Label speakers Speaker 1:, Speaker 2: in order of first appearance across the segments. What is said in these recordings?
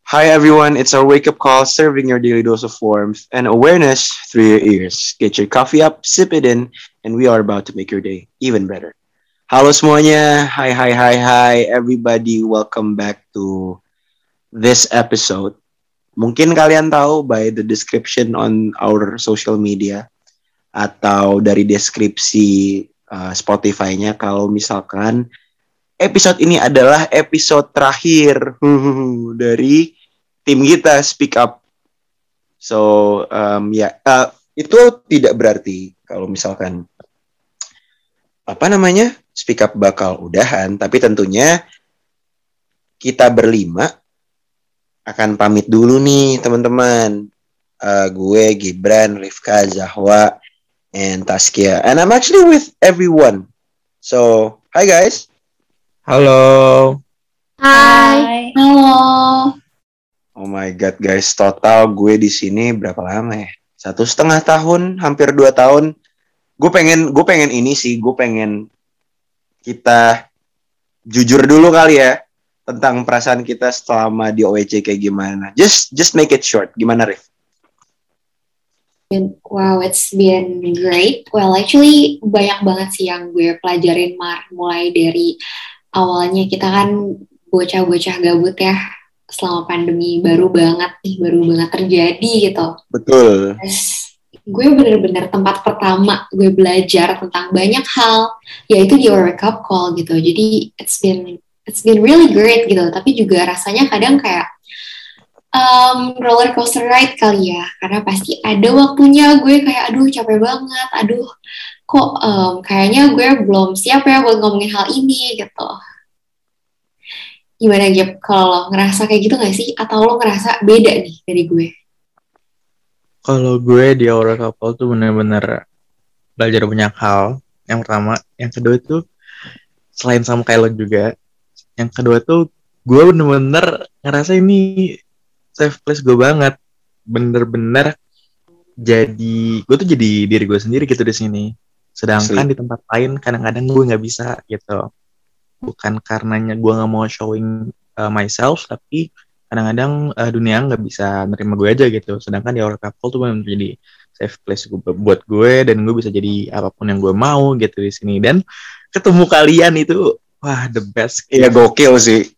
Speaker 1: Hi everyone, it's our wake up call serving your daily dose of warmth and awareness through your ears. Get your coffee up, sip it in, and we are about to make your day even better. Halo semuanya, hi everybody, welcome back to this episode. Mungkin kalian tahu by the description on our social media atau dari deskripsi Spotify-nya kalau misalkan episode ini adalah episode terakhir dari tim kita Speak Up. So itu tidak berarti kalau misalkan Speak Up bakal udahan, tapi tentunya kita berlima akan pamit dulu nih teman-teman. Gue, Gibran, Rifka, Zahwa, and Taskia. And I'm actually with everyone. So, hi guys.
Speaker 2: Halo.
Speaker 3: Hai.
Speaker 4: Halo.
Speaker 1: Oh my god guys, total gue di sini berapa lama ya? 1,5 tahun, hampir 2 tahun. Gue pengen ini sih, gue pengen kita jujur dulu kali ya tentang perasaan kita selama di OEC kayak gimana. Just make it short. Gimana, Rif?
Speaker 4: Wow, it's been great. Well, actually banyak banget sih yang gue pelajarin mulai dari awalnya kita kan bocah-bocah gabut ya selama pandemi baru banget terjadi gitu.
Speaker 1: Betul.
Speaker 4: Terus gue bener-bener tempat pertama gue belajar tentang banyak hal, yaitu di Wake Up Call gitu. Jadi it's been really great gitu. Tapi juga rasanya kadang kayak roller coaster ride kali ya, karena pasti ada waktunya gue kayak aduh capek banget, aduh kok kayaknya gue belum siap ya buat ngomongin hal ini gitu. Gimana Gip, kalau lo ngerasa kayak gitu gak sih? Atau lo ngerasa beda nih dari gue?
Speaker 2: Kalau gue di Aura Couple tuh bener-bener belajar banyak hal. Yang pertama, yang kedua tuh selain sama kayak lo juga, yang kedua tuh gue bener-bener ngerasa ini safe place gue banget. Bener-bener gue tuh jadi diri gue sendiri gitu di sini. Sedangkan di tempat lain kadang-kadang gue nggak bisa gitu. Bukan karenanya gue nggak mau showing myself, tapi kadang-kadang dunia nggak bisa nerima gue aja gitu. Sedangkan di Aura Couple tuh benar jadi safe place buat gue, dan gue bisa jadi apapun yang gue mau gitu di sini. Dan ketemu kalian itu wah the best.
Speaker 1: Iya gokil sih.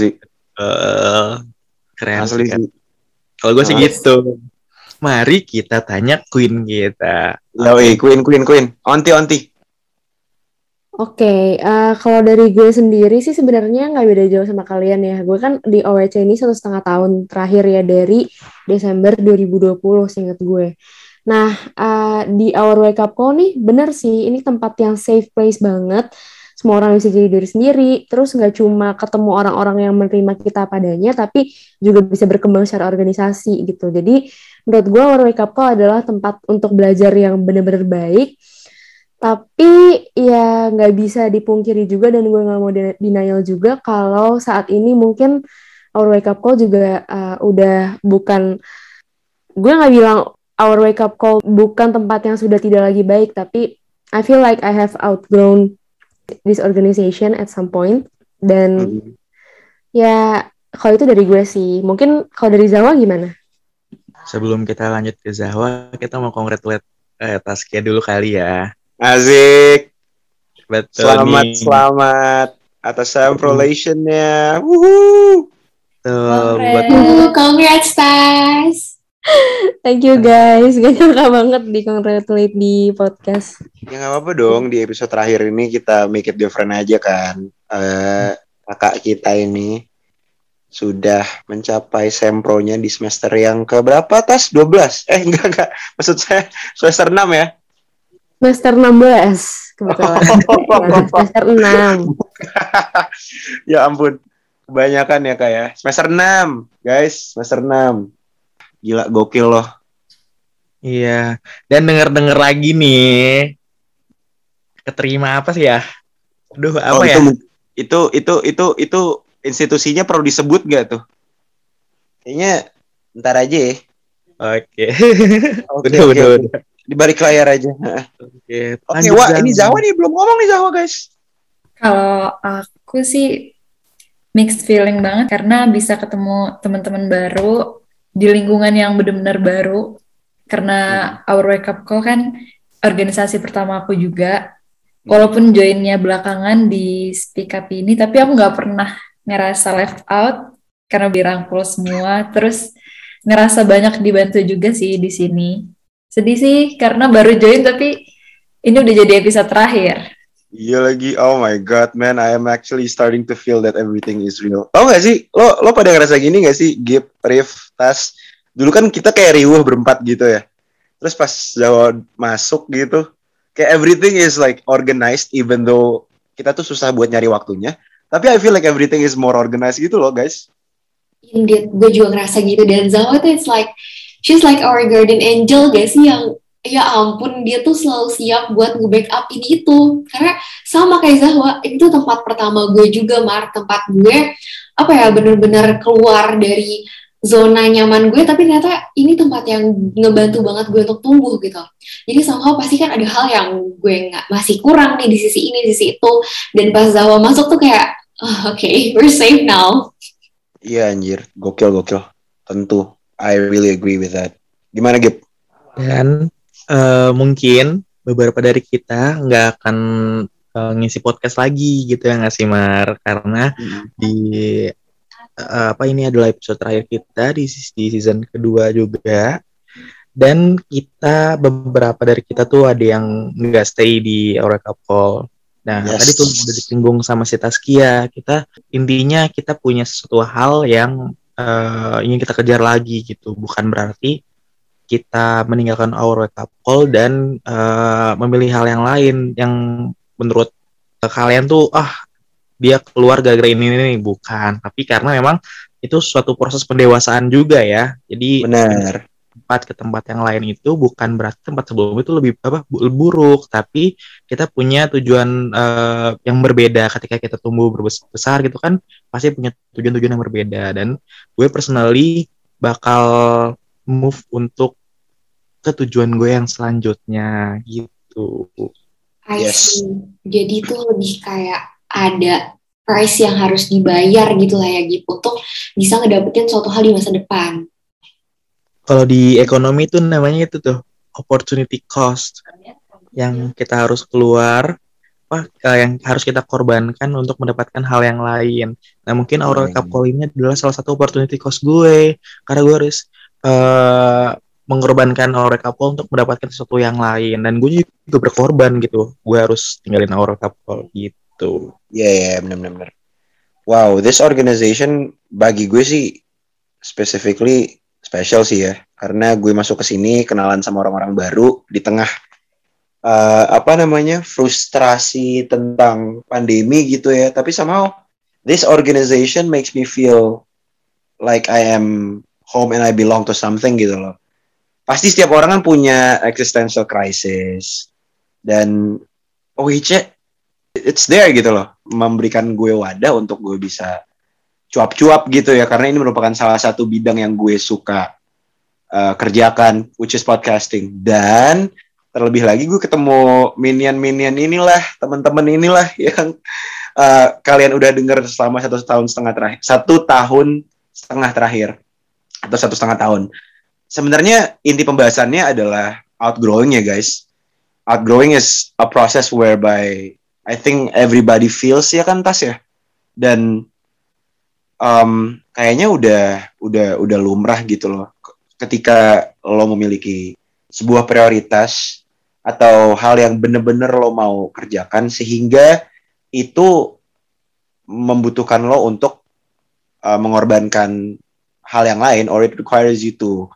Speaker 2: Keren
Speaker 1: Asli
Speaker 2: sih kan.
Speaker 1: sih.
Speaker 2: Kalau gue sih gitu. Mari kita tanya Queen kita.
Speaker 1: Yoi, Queen. Onti.
Speaker 3: Oke, kalau dari gue sendiri sih sebenarnya nggak beda jauh sama kalian ya. Gue kan di OWC ini 1,5 tahun terakhir ya, dari Desember 2020 seingat gue. Nah, di Our Wake Up Call nih bener sih, ini tempat yang safe place banget. Semua orang bisa jadi diri sendiri, terus nggak cuma ketemu orang-orang yang menerima kita padanya, tapi juga bisa berkembang secara organisasi gitu. Jadi menurut gue Our Wake Up Call adalah tempat untuk belajar yang benar-benar baik. Tapi ya nggak bisa dipungkiri juga, dan gue nggak mau denial juga kalau saat ini mungkin Our Wake Up Call juga udah bukan, gue nggak bilang Our Wake Up Call bukan tempat yang sudah tidak lagi baik, tapi I feel like I have outgrown this organization at some point. Dan ya kalau itu dari gue sih. Mungkin kalau dari Zawa gimana?
Speaker 2: Sebelum kita lanjut ke Zahwa, kita mau congratulate Taskia dulu kali ya.
Speaker 1: Asik.
Speaker 2: Betul
Speaker 1: Selamat atas prolationnya. Woohoo.
Speaker 4: Congrats, Tas.
Speaker 3: Thank you guys. Gak nyangka banget di-congratulate di podcast.
Speaker 1: Ya gak apa-apa dong, di episode terakhir ini kita make it different aja kan. Kakak kita ini sudah mencapai sempronya di semester yang keberapa, Tas? 12? Enggak. Maksud saya semester 6 ya?
Speaker 3: Semester 16 kebetulan. Semester 6.
Speaker 1: Ya ampun. Kebanyakan ya Kak ya. Semester 6, guys. Semester 6. Gila, gokil loh.
Speaker 2: Iya. Dan denger lagi nih. Keterima apa sih ya? Aduh, apa ya?
Speaker 1: Itu institusinya perlu disebut gak tuh? Kayaknya ntar aja ya.
Speaker 2: Oke.
Speaker 1: Udah. Di balik layar aja.
Speaker 2: Oke,
Speaker 1: Wah, ini Zahwa nih belum ngomong nih Zahwa guys.
Speaker 5: Kalau aku sih mixed feeling banget karena bisa ketemu teman-teman baru di lingkungan yang benar-benar baru. Karena Our Wake Up Call kan organisasi pertama aku juga. Walaupun joinnya belakangan di Speak Up ini, tapi aku nggak pernah ngerasa left out karena dirangkul semua. Terus ngerasa banyak dibantu juga sih di sini. Sedih sih karena baru join tapi ini udah jadi episode terakhir.
Speaker 1: Iya lagi, oh my god man, I am actually starting to feel that everything is real. Tau gak sih, lo pada ngerasa gini gak sih, Gip, Rif, Tas? Dulu kan kita kayak riuh berempat gitu ya. Terus pas Jawa masuk gitu, kayak everything is like organized even though kita tuh susah buat nyari waktunya. Tapi I feel like everything is more organized gitu loh guys.
Speaker 4: Indeed, gue juga ngerasa gitu. Dan Zawa tuh it's like, she's like our guardian angel gak sih, yang ya ampun dia tuh selalu siap buat nge-backup ini itu. Karena sama kayak Zahwa, itu tempat pertama gue juga, tempat gue apa ya, bener-bener keluar dari zona nyaman gue, tapi ternyata ini tempat yang ngebantu banget gue untuk tumbuh gitu. Jadi somehow pasti kan ada hal yang gue masih kurang nih di sisi ini, di sisi itu. Dan pas Zahwa masuk tuh kayak, okay, we're safe now.
Speaker 1: Iya anjir, gokil. Tentu, I really agree with that. Gimana Gip?
Speaker 2: Dan mungkin beberapa dari kita nggak akan ngisi podcast lagi gitu ya nggak sih Mar? Karena di ini adalah episode terakhir kita di season kedua juga. Dan kita beberapa dari kita tuh ada yang nggak stay di Our Wake Up Call. Nah tadi tuh udah disinggung sama si Taskia. Intinya kita punya sesuatu hal yang ingin kita kejar lagi gitu. Bukan berarti kita meninggalkan Our Wake Up Call dan memilih hal yang lain yang menurut kalian tuh dia keluar gara-gara ini bukan, tapi karena memang itu suatu proses pendewasaan juga ya. Jadi
Speaker 1: benar,
Speaker 2: tempat ke tempat yang lain itu bukan berarti tempat sebelum itu lebih buruk, tapi kita punya tujuan yang berbeda. Ketika kita tumbuh besar gitu kan pasti punya tujuan-tujuan yang berbeda, dan gue personally bakal move untuk ke tujuan gue yang selanjutnya gitu.
Speaker 4: Yes. Jadi itu lebih kayak ada price yang harus dibayar gitu lah ya Gip, untuk bisa ngedapetin suatu hal di masa depan.
Speaker 2: Kalau di ekonomi itu namanya itu tuh opportunity cost, yang kita harus keluar, yang harus kita korbankan untuk mendapatkan hal yang lain. Nah mungkin Our Wake Up Call ini adalah salah satu opportunity cost gue, karena gue harus mengorbankan Our Wake Up Call untuk mendapatkan sesuatu yang lain, dan gue juga berkorban gitu. Gue harus tinggalin Our Wake Up Call gitu.
Speaker 1: Iya, benar. Wow, this organization bagi gue sih specifically special sih ya, karena gue masuk ke sini kenalan sama orang-orang baru di tengah frustrasi tentang pandemi gitu ya. Tapi somehow this organization makes me feel like I am home and I belong to something gitu loh. Pasti setiap orang kan punya existential crisis, dan OHC it's there gitu loh, memberikan gue wadah untuk gue bisa cuap-cuap gitu ya, karena ini merupakan salah satu bidang yang gue suka kerjakan, which is podcasting. Dan terlebih lagi gue ketemu minion inilah, teman-teman inilah yang kalian udah dengar selama 1,5 tahun terakhir, 1,5 tahun terakhir atau 1,5 tahun. Sebenarnya inti pembahasannya adalah outgrowing ya guys. Outgrowing is a process whereby I think everybody feels ya kan Tas ya. Dan kayaknya udah lumrah gitu loh. Ketika lo memiliki sebuah prioritas atau hal yang bener-bener lo mau kerjakan, sehingga itu membutuhkan lo untuk mengorbankan hal yang lain, or it requires you to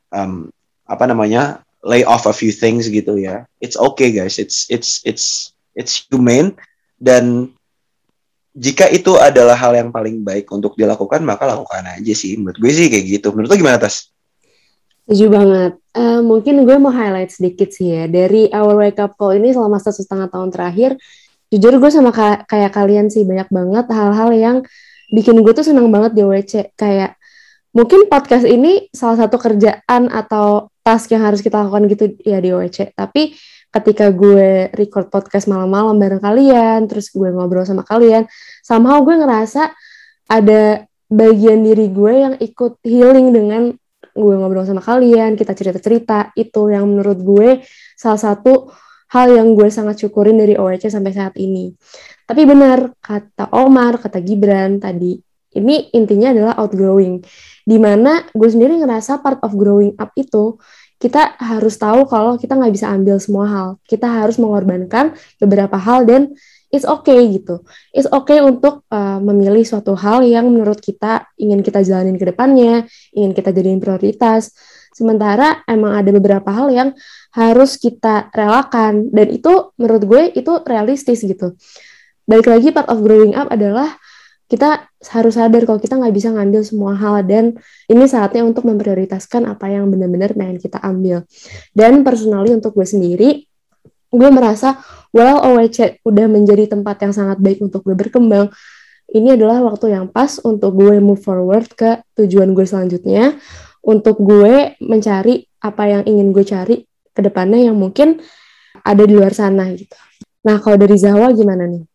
Speaker 1: lay off a few things gitu ya. It's okay guys, it's humane, dan jika itu adalah hal yang paling baik untuk dilakukan, maka lakukan aja sih. Menurut gue sih kayak gitu. Menurut lo gimana Tas?
Speaker 3: Setuju banget. Mungkin gue mau highlight sedikit sih ya, dari Our Wake Up Call ini selama 1,5 tahun terakhir, jujur gue sama kayak kalian sih, banyak banget hal-hal yang bikin gue tuh senang banget di OWC. Kayak mungkin podcast ini salah satu kerjaan atau task yang harus kita lakukan gitu ya di OWC, tapi ketika gue record podcast malam-malam bareng kalian, terus gue ngobrol sama kalian, somehow gue ngerasa ada bagian diri gue yang ikut healing dengan gue ngobrol sama kalian, kita cerita-cerita. Itu yang menurut gue salah satu hal yang gue sangat syukurin dari OWC sampai saat ini. Tapi benar, kata Omar, kata Gibran tadi, ini intinya adalah outgrowing. Dimana gue sendiri ngerasa part of growing up itu, kita harus tahu kalau kita nggak bisa ambil semua hal. Kita harus mengorbankan beberapa hal dan it's okay gitu. It's okay untuk memilih suatu hal yang menurut kita ingin kita jalanin ke depannya, ingin kita jadiin prioritas. Sementara emang ada beberapa hal yang harus kita relakan dan itu menurut gue itu realistis gitu. Balik lagi part of growing up adalah kita harus sadar kalau kita nggak bisa ngambil semua hal dan ini saatnya untuk memprioritaskan apa yang benar-benar pengen kita ambil. Dan personally untuk gue sendiri, gue merasa OWC udah menjadi tempat yang sangat baik untuk gue berkembang. Ini adalah waktu yang pas untuk gue move forward ke tujuan gue selanjutnya, untuk gue mencari apa yang ingin gue cari ke depannya yang mungkin ada di luar sana gitu. Nah, kalau dari Zahwa gimana nih?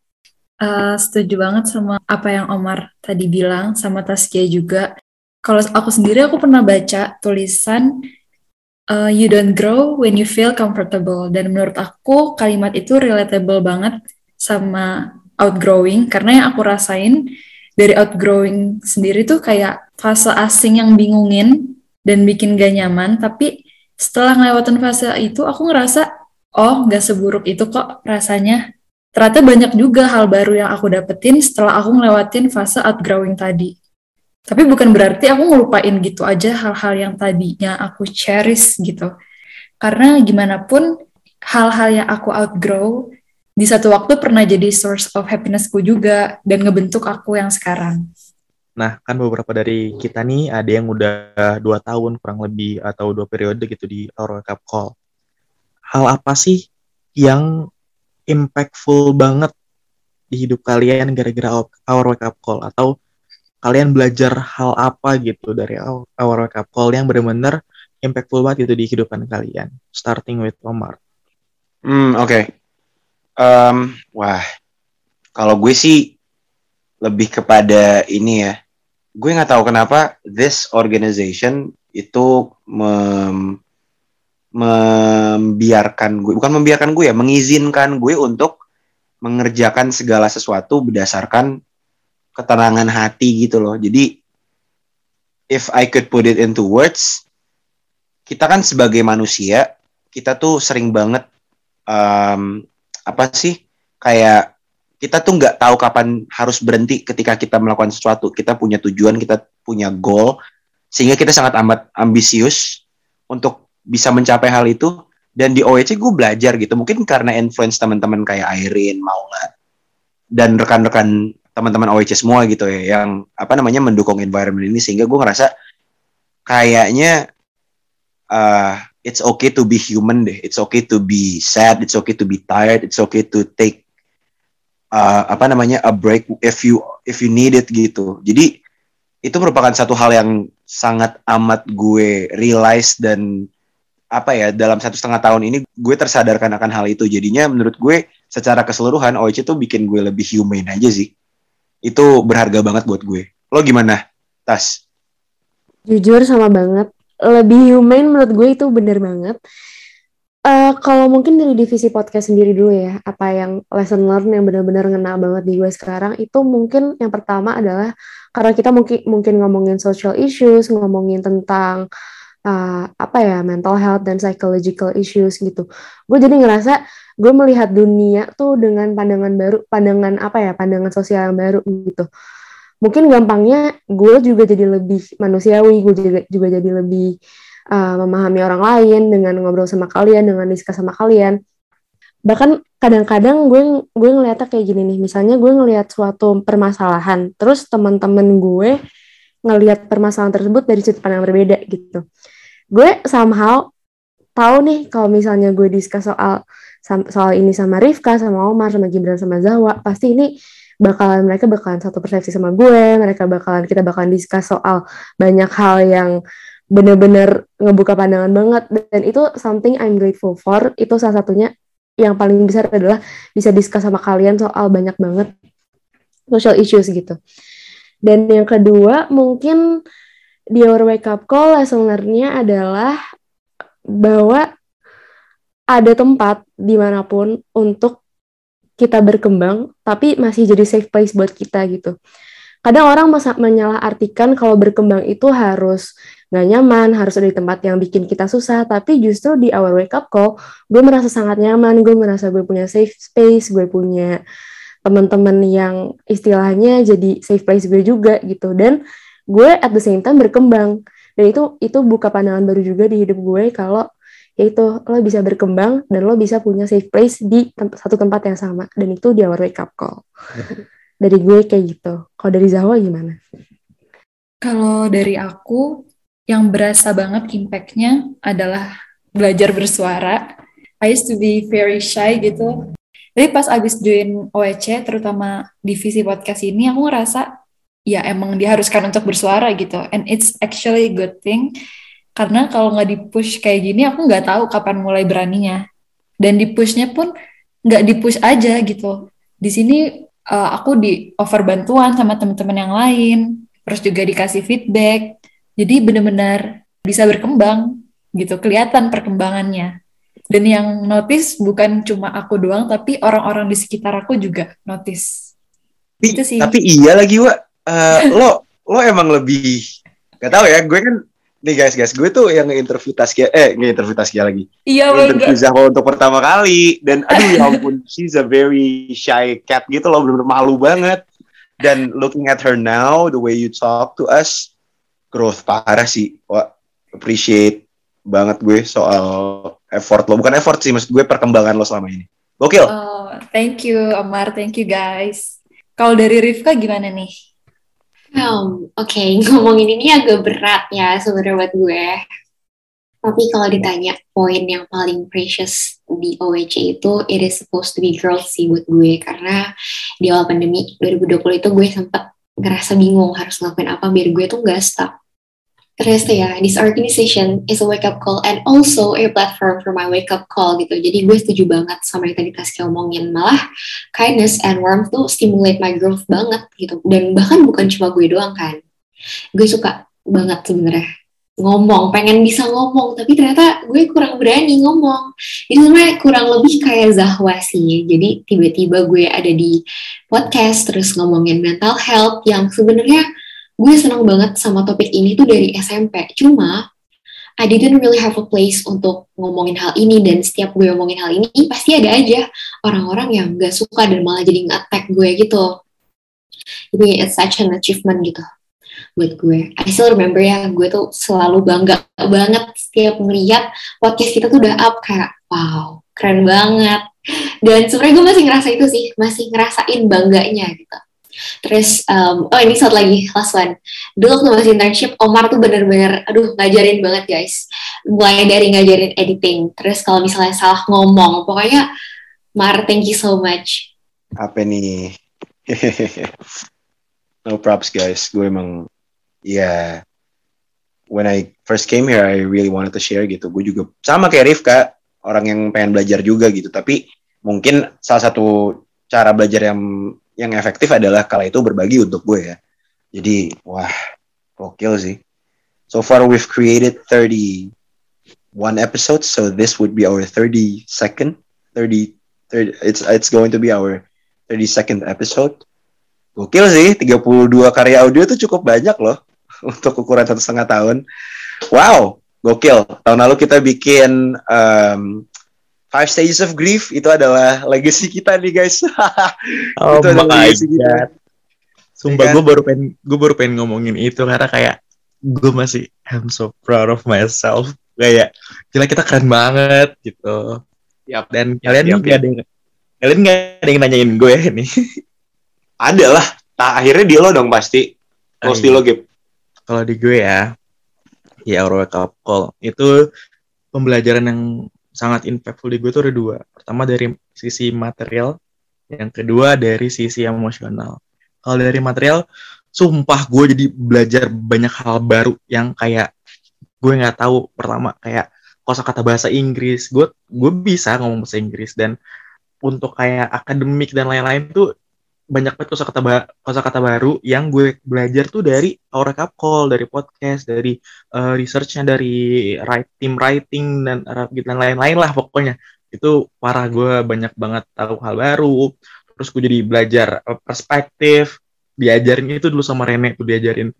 Speaker 5: Setuju banget sama apa yang Omar tadi bilang, sama Taskia juga. Kalau aku sendiri, aku pernah baca tulisan you don't grow when you feel comfortable. Dan menurut aku kalimat itu relatable banget sama outgrowing. Karena yang aku rasain dari outgrowing sendiri tuh kayak fase asing yang bingungin dan bikin gak nyaman. Tapi setelah ngelewatin fase itu, aku ngerasa, oh gak seburuk itu kok rasanya. Ternyata banyak juga hal baru yang aku dapetin setelah aku ngelewatin fase outgrowing tadi. Tapi bukan berarti aku ngelupain gitu aja hal-hal yang tadinya aku cherish gitu. Karena gimana pun hal-hal yang aku outgrow di satu waktu pernah jadi source of happinessku juga dan ngebentuk aku yang sekarang.
Speaker 2: Nah, kan beberapa dari kita nih ada yang udah 2 tahun kurang lebih atau 2 periode gitu di Our Wake Up Call. Hal apa sih yang impactful banget di hidup kalian gara-gara Our Wake Up Call? Atau kalian belajar hal apa gitu dari Our Wake Up Call yang benar-benar impactful banget gitu di kehidupan kalian? Starting with Omar.
Speaker 1: Oke. Wah, kalau gue sih lebih kepada ini ya. Gue nggak tahu kenapa this organization itu mengizinkan gue untuk mengerjakan segala sesuatu berdasarkan ketenangan hati gitu loh. Jadi if I could put it into words, kita kan sebagai manusia, kita tuh sering banget kayak kita tuh nggak tahu kapan harus berhenti ketika kita melakukan sesuatu. Kita punya tujuan, kita punya goal, sehingga kita sangat amat ambisius untuk bisa mencapai hal itu. Dan di OWC gue belajar gitu, mungkin karena influence teman-teman kayak Irene, Maula, dan rekan-rekan teman-teman OWC semua gitu ya, yang mendukung environment ini, sehingga gue ngerasa kayaknya it's okay to be human deh, it's okay to be sad, it's okay to be tired, it's okay to take a break if you need it gitu. Jadi itu merupakan satu hal yang sangat amat gue realize dan dalam 1,5 tahun ini gue tersadarkan akan hal itu. Jadinya menurut gue secara keseluruhan OWC tuh bikin gue lebih humane aja sih. Itu berharga banget buat gue. Lo gimana, Tas?
Speaker 3: Jujur sama banget. Lebih humane menurut gue itu bener banget. Kalau mungkin dari divisi podcast sendiri dulu ya, apa yang lesson learn yang benar-benar ngena banget di gue sekarang, itu mungkin yang pertama adalah karena kita mungkin ngomongin social issues, ngomongin tentang mental health dan psychological issues gitu. Gue jadi ngerasa gue melihat dunia tuh dengan pandangan baru, pandangan sosial yang baru gitu. Mungkin gampangnya gue juga jadi lebih manusiawi, gue juga jadi lebih memahami orang lain dengan ngobrol sama kalian, dengan diskus sama kalian. Bahkan kadang-kadang gue ngeliatnya kayak gini nih, misalnya gue ngelihat suatu permasalahan, terus teman-teman gue ngelihat permasalahan tersebut dari sudut pandang berbeda gitu. Gue somehow tahu nih kalau misalnya gue diskus soal ini sama Rifka, sama Omar, sama Gibran, sama Zahwa, pasti ini mereka bakalan satu persepsi sama gue, kita bakalan diskus soal banyak hal yang benar-benar ngebuka pandangan banget, dan itu something I'm grateful for. Itu salah satunya yang paling besar adalah bisa diskus sama kalian soal banyak banget social issues gitu. Dan yang kedua, mungkin di our wake up call lesson learn-nya adalah bahwa ada tempat dimanapun untuk kita berkembang, tapi masih jadi safe place buat kita gitu. Kadang orang menyalahartikan kalau berkembang itu harus nggak nyaman, harus ada di tempat yang bikin kita susah, tapi justru di our wake up call, gue merasa sangat nyaman, gue merasa gue punya safe space, gue punya teman-teman yang istilahnya jadi safe place gue juga gitu, dan gue at the same time berkembang, dan itu buka pandangan baru juga di hidup gue kalau yaitu lo bisa berkembang dan lo bisa punya safe place di satu tempat yang sama, dan itu di our wake up call. Dari gue kayak gitu. Kalau dari Zahwa gimana?
Speaker 5: Kalau dari aku, yang berasa banget impact-nya adalah belajar bersuara. I used to be very shy gitu. Tapi pas abis join OEC, terutama divisi podcast ini, aku ngerasa ya emang diharuskan untuk bersuara gitu. And it's actually a good thing. Karena kalau nggak di-push kayak gini, aku nggak tahu kapan mulai beraninya. Dan di-pushnya pun nggak di-push aja gitu. Di sini aku di-offer bantuan sama teman-teman yang lain, terus juga dikasih feedback. Jadi benar-benar bisa berkembang gitu, kelihatan perkembangannya. Dan yang notice bukan cuma aku doang, tapi orang-orang di sekitar aku juga notice. Itu sih.
Speaker 1: Tapi iya lagi, Wak. Lo emang lebih, gak tahu ya, gue kan nih guys, gue tuh yang nge-interview Taskia lagi.
Speaker 5: Iya,
Speaker 1: Nge-interview Zahwa untuk pertama kali, dan aduh ya ampun, she's a very shy cat gitu loh, bener-bener malu banget. Dan looking at her now, the way you talk to us, growth parah sih. Wah, appreciate banget gue soal effort lo. Bukan effort sih, maksud gue perkembangan lo selama ini. Gokil.
Speaker 5: Oh, thank you Omar, thank you guys. Kalau dari Rifka gimana nih?
Speaker 4: Oke, ngomongin ini agak berat ya sebenarnya buat gue. Tapi kalau ditanya poin yang paling precious di OEC itu, it is supposed to be girls sih buat gue. Karena di awal pandemi 2020 itu gue sempat ngerasa bingung harus ngelakuin apa biar gue tuh gak stuck. Terus ya, this organization is a wake-up call and also a platform for my wake-up call gitu. Jadi gue setuju banget sama yang tadi Taskia omongin. Malah kindness and warmth tuh stimulate my growth banget gitu. Dan bahkan bukan cuma gue doang kan. Gue suka banget sebenarnya ngomong, pengen bisa ngomong, tapi ternyata gue kurang berani ngomong. Itu sebenarnya kurang lebih kayak Zahwa sih. Jadi tiba-tiba gue ada di podcast terus ngomongin mental health yang sebenarnya gue senang banget sama topik ini tuh dari SMP. Cuma I didn't really have a place untuk ngomongin hal ini, dan setiap gue ngomongin hal ini pasti ada aja orang-orang yang gak suka dan malah jadi nge-attack gue gitu. Jadi it's such an achievement gitu buat gue. I still remember ya, gue tuh selalu bangga banget setiap melihat podcast kita tuh udah up, kayak wow, keren banget. Dan sebenarnya gue masih ngerasa itu sih, masih ngerasain bangganya gitu. Terus, ini satu lagi, last one. Dulu waktu masih internship, Omar tuh bener-bener, ngajarin banget guys. Mulai dari ngajarin editing. Terus kalau misalnya salah ngomong, pokoknya, Mar, thank you so much.
Speaker 1: Apa nih? No props guys. Gue emang, when I first came here, I really wanted to share gitu. Gue juga, sama kayak Rifka, orang yang pengen belajar juga gitu. Tapi mungkin salah satu cara belajar yang efektif adalah kala itu berbagi untuk gue ya. Jadi, wah, gokil sih. So far we've created 31 episodes, so this would be our 32nd. It's going to be our 32nd episode. Gokil sih, 32 karya audio itu cukup banyak loh untuk ukuran 1,5 tahun. Wow, gokil. Tahun lalu kita bikin 5 Stages of Grief, itu adalah legacy kita nih guys.
Speaker 2: Oh
Speaker 1: itu adalah legacy
Speaker 2: kita. Sumpah, gue baru pengen ngomongin itu karena kayak gue masih, I'm so proud of myself. Kayak gila, kita keren banget gitu. Dan kalian nggak ada yang nanyain gue nih.
Speaker 1: Ada lah. Akhirnya di lo dong pasti. Close di lo, Gip.
Speaker 2: Kalau di gue ya our wake up call itu pembelajaran yang sangat impactful di gue tuh ada dua. Pertama dari sisi material, yang kedua dari sisi emosional. Kalau dari material, sumpah gue jadi belajar banyak hal baru yang kayak gue nggak tahu. Pertama kayak kosakata bahasa Inggris, gue bisa ngomong bahasa Inggris, dan untuk kayak akademik dan lain-lain tuh banyak banget kosakata baru yang gue belajar tuh dari Aura Cup Call, dari podcast, dari researchnya, dari tim writing dan lain-lain lah pokoknya. Itu parah, gue banyak banget tahu hal baru. Terus gue jadi belajar perspektif, diajarin itu dulu sama Rene tuh, diajarin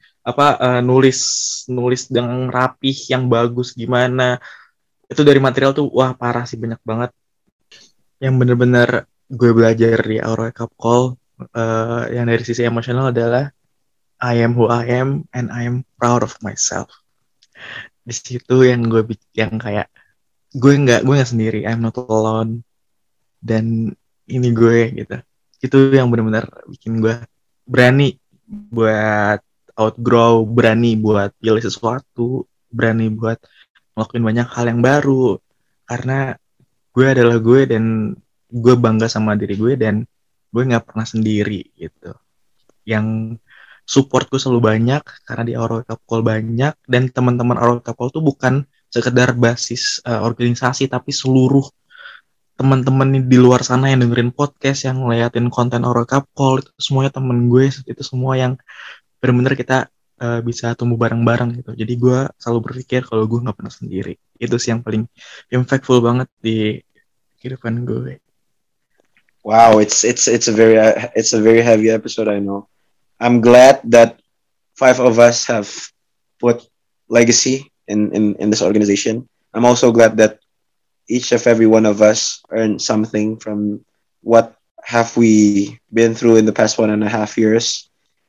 Speaker 2: nulis dengan rapih yang bagus gimana. Itu dari material tuh wah parah sih, banyak banget yang bener-bener gue belajar di Aura Cup Call. Yang dari sisi emosional adalah I am who I am and I am proud of myself. Di situ yang kayak gue nggak sendiri, I'm not alone, dan ini gue gitu. Itu yang benar-benar bikin gue berani buat outgrow, berani buat pilih sesuatu, berani buat ngelakuin banyak hal yang baru, karena gue adalah gue dan gue bangga sama diri gue dan gue nggak pernah sendiri gitu. Yang support gue selalu banyak karena di Aura Cup Call banyak, dan teman-teman Aura Cup Call tuh bukan sekedar basis organisasi, tapi seluruh teman-teman di luar sana yang dengerin podcast, yang ngeliatin konten Aura Cup Call, itu semuanya temen gue, itu semua yang benar-benar kita bisa tumbuh bareng-bareng gitu. Jadi gue selalu berpikir kalau gue nggak pernah sendiri. Itu sih yang paling impactful banget di kehidupan gue.
Speaker 1: Wow, it's a very heavy episode, I know. I'm glad that 5 of us have put legacy in this organization. I'm also glad that each of every one of us earned something from what have we been through in the past 1.5 years.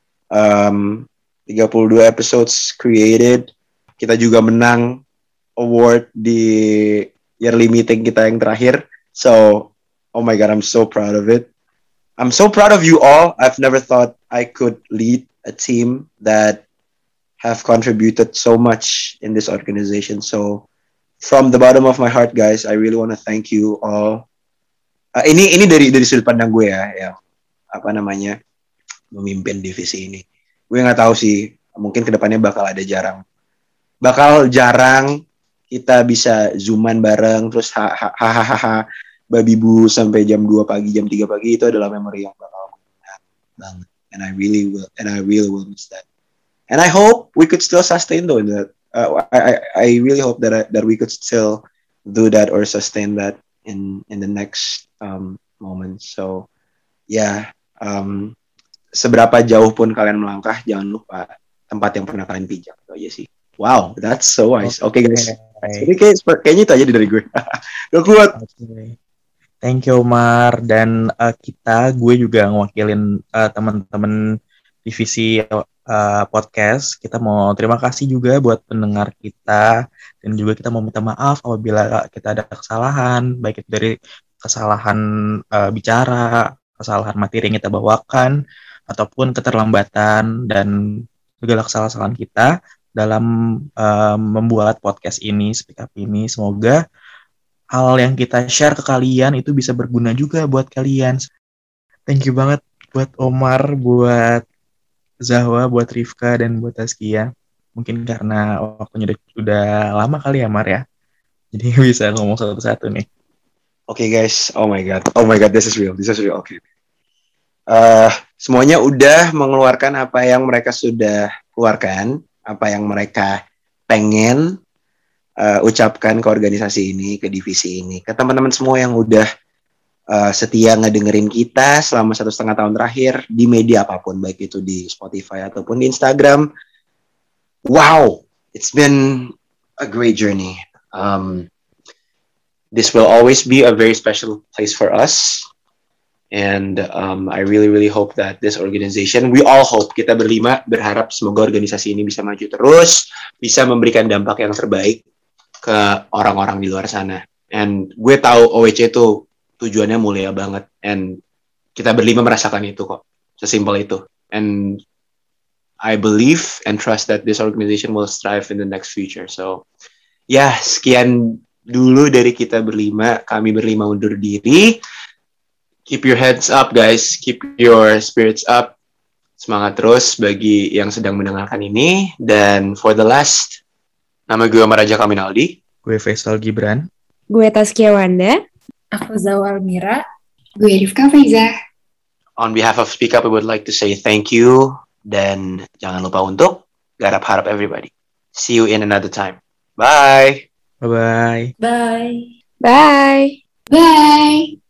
Speaker 1: 32 episodes created. Kita juga menang award di yearly meeting kita yang terakhir. So, oh my God, I'm so proud of it. I'm so proud of you all. I've never thought I could lead a team that have contributed so much in this organization. So, from the bottom of my heart, guys, I really want to thank you all. Ini dari sudut pandang gue ya apa namanya, memimpin divisi ini. Gue nggak tahu sih, mungkin kedepannya bakal jarang kita bisa zooman bareng terus hahaha babi bu sampai jam 2 pagi, jam 3 pagi. Itu adalah memori yang bakal banget, and I really will miss that. And I hope we could still sustain that. I really hope that we could still do that or sustain that in the next moment. So yeah, seberapa jauh pun kalian melangkah, jangan lupa tempat yang pernah kalian pijak. Itu aja sih. Wow, that's so wise. Oke, guys. Jadi kayaknya itu aja dari gue. Gak kuat.
Speaker 2: Okay. Thank you, Omar. Dan gue juga ngewakilin teman-teman divisi podcast. Kita mau terima kasih juga buat pendengar kita, dan juga kita mau minta maaf apabila kita ada kesalahan, baik itu dari kesalahan bicara, kesalahan materi yang kita bawakan, ataupun keterlambatan dan segala kesalahan kita dalam membuat podcast ini, speak up ini. Semoga hal yang kita share ke kalian itu bisa berguna juga buat kalian. Thank you banget buat Omar, buat Zahwa, buat Rifka, dan buat Taskia. Mungkin karena waktunya udah lama kali ya, Mar ya. Jadi bisa ngomong satu-satu nih.
Speaker 1: Okay, guys. Oh my God, this is real. Okay. Semuanya udah mengeluarkan apa yang mereka sudah keluarkan, apa yang mereka pengen ucapkan ke organisasi ini, ke divisi ini, ke teman-teman semua yang udah setia ngedengerin kita selama 1,5 tahun terakhir di media apapun, baik itu di Spotify ataupun di Instagram. Wow, it's been a great journey. This will always be a very special place for us. And I really hope that this organization, we all hope, kita berlima berharap semoga organisasi ini bisa maju terus, bisa memberikan dampak yang terbaik ke orang-orang di luar sana. And gue tahu OWC itu tujuannya mulia banget, and kita berlima merasakan itu kok, sesimpel itu. And I believe and trust that this organization will strive in the next future. So ya, sekian dulu dari kita berlima. Kami berlima undur diri. Keep your heads up, guys. Keep your spirits up. Semangat terus bagi yang sedang mendengarkan ini. Dan for the last, nama gue Maraja Kaminaldi.
Speaker 2: Gue Faisal Gibran.
Speaker 3: Gue Taskia Wanda.
Speaker 5: Aku Zawal Mira.
Speaker 4: Gue Rifka Faiza.
Speaker 1: On behalf of Speak Up, we would like to say thank you. Dan jangan lupa untuk garap harap everybody. See you in another time. Bye!
Speaker 2: Bye-bye.
Speaker 5: Bye.
Speaker 3: Bye.
Speaker 4: Bye.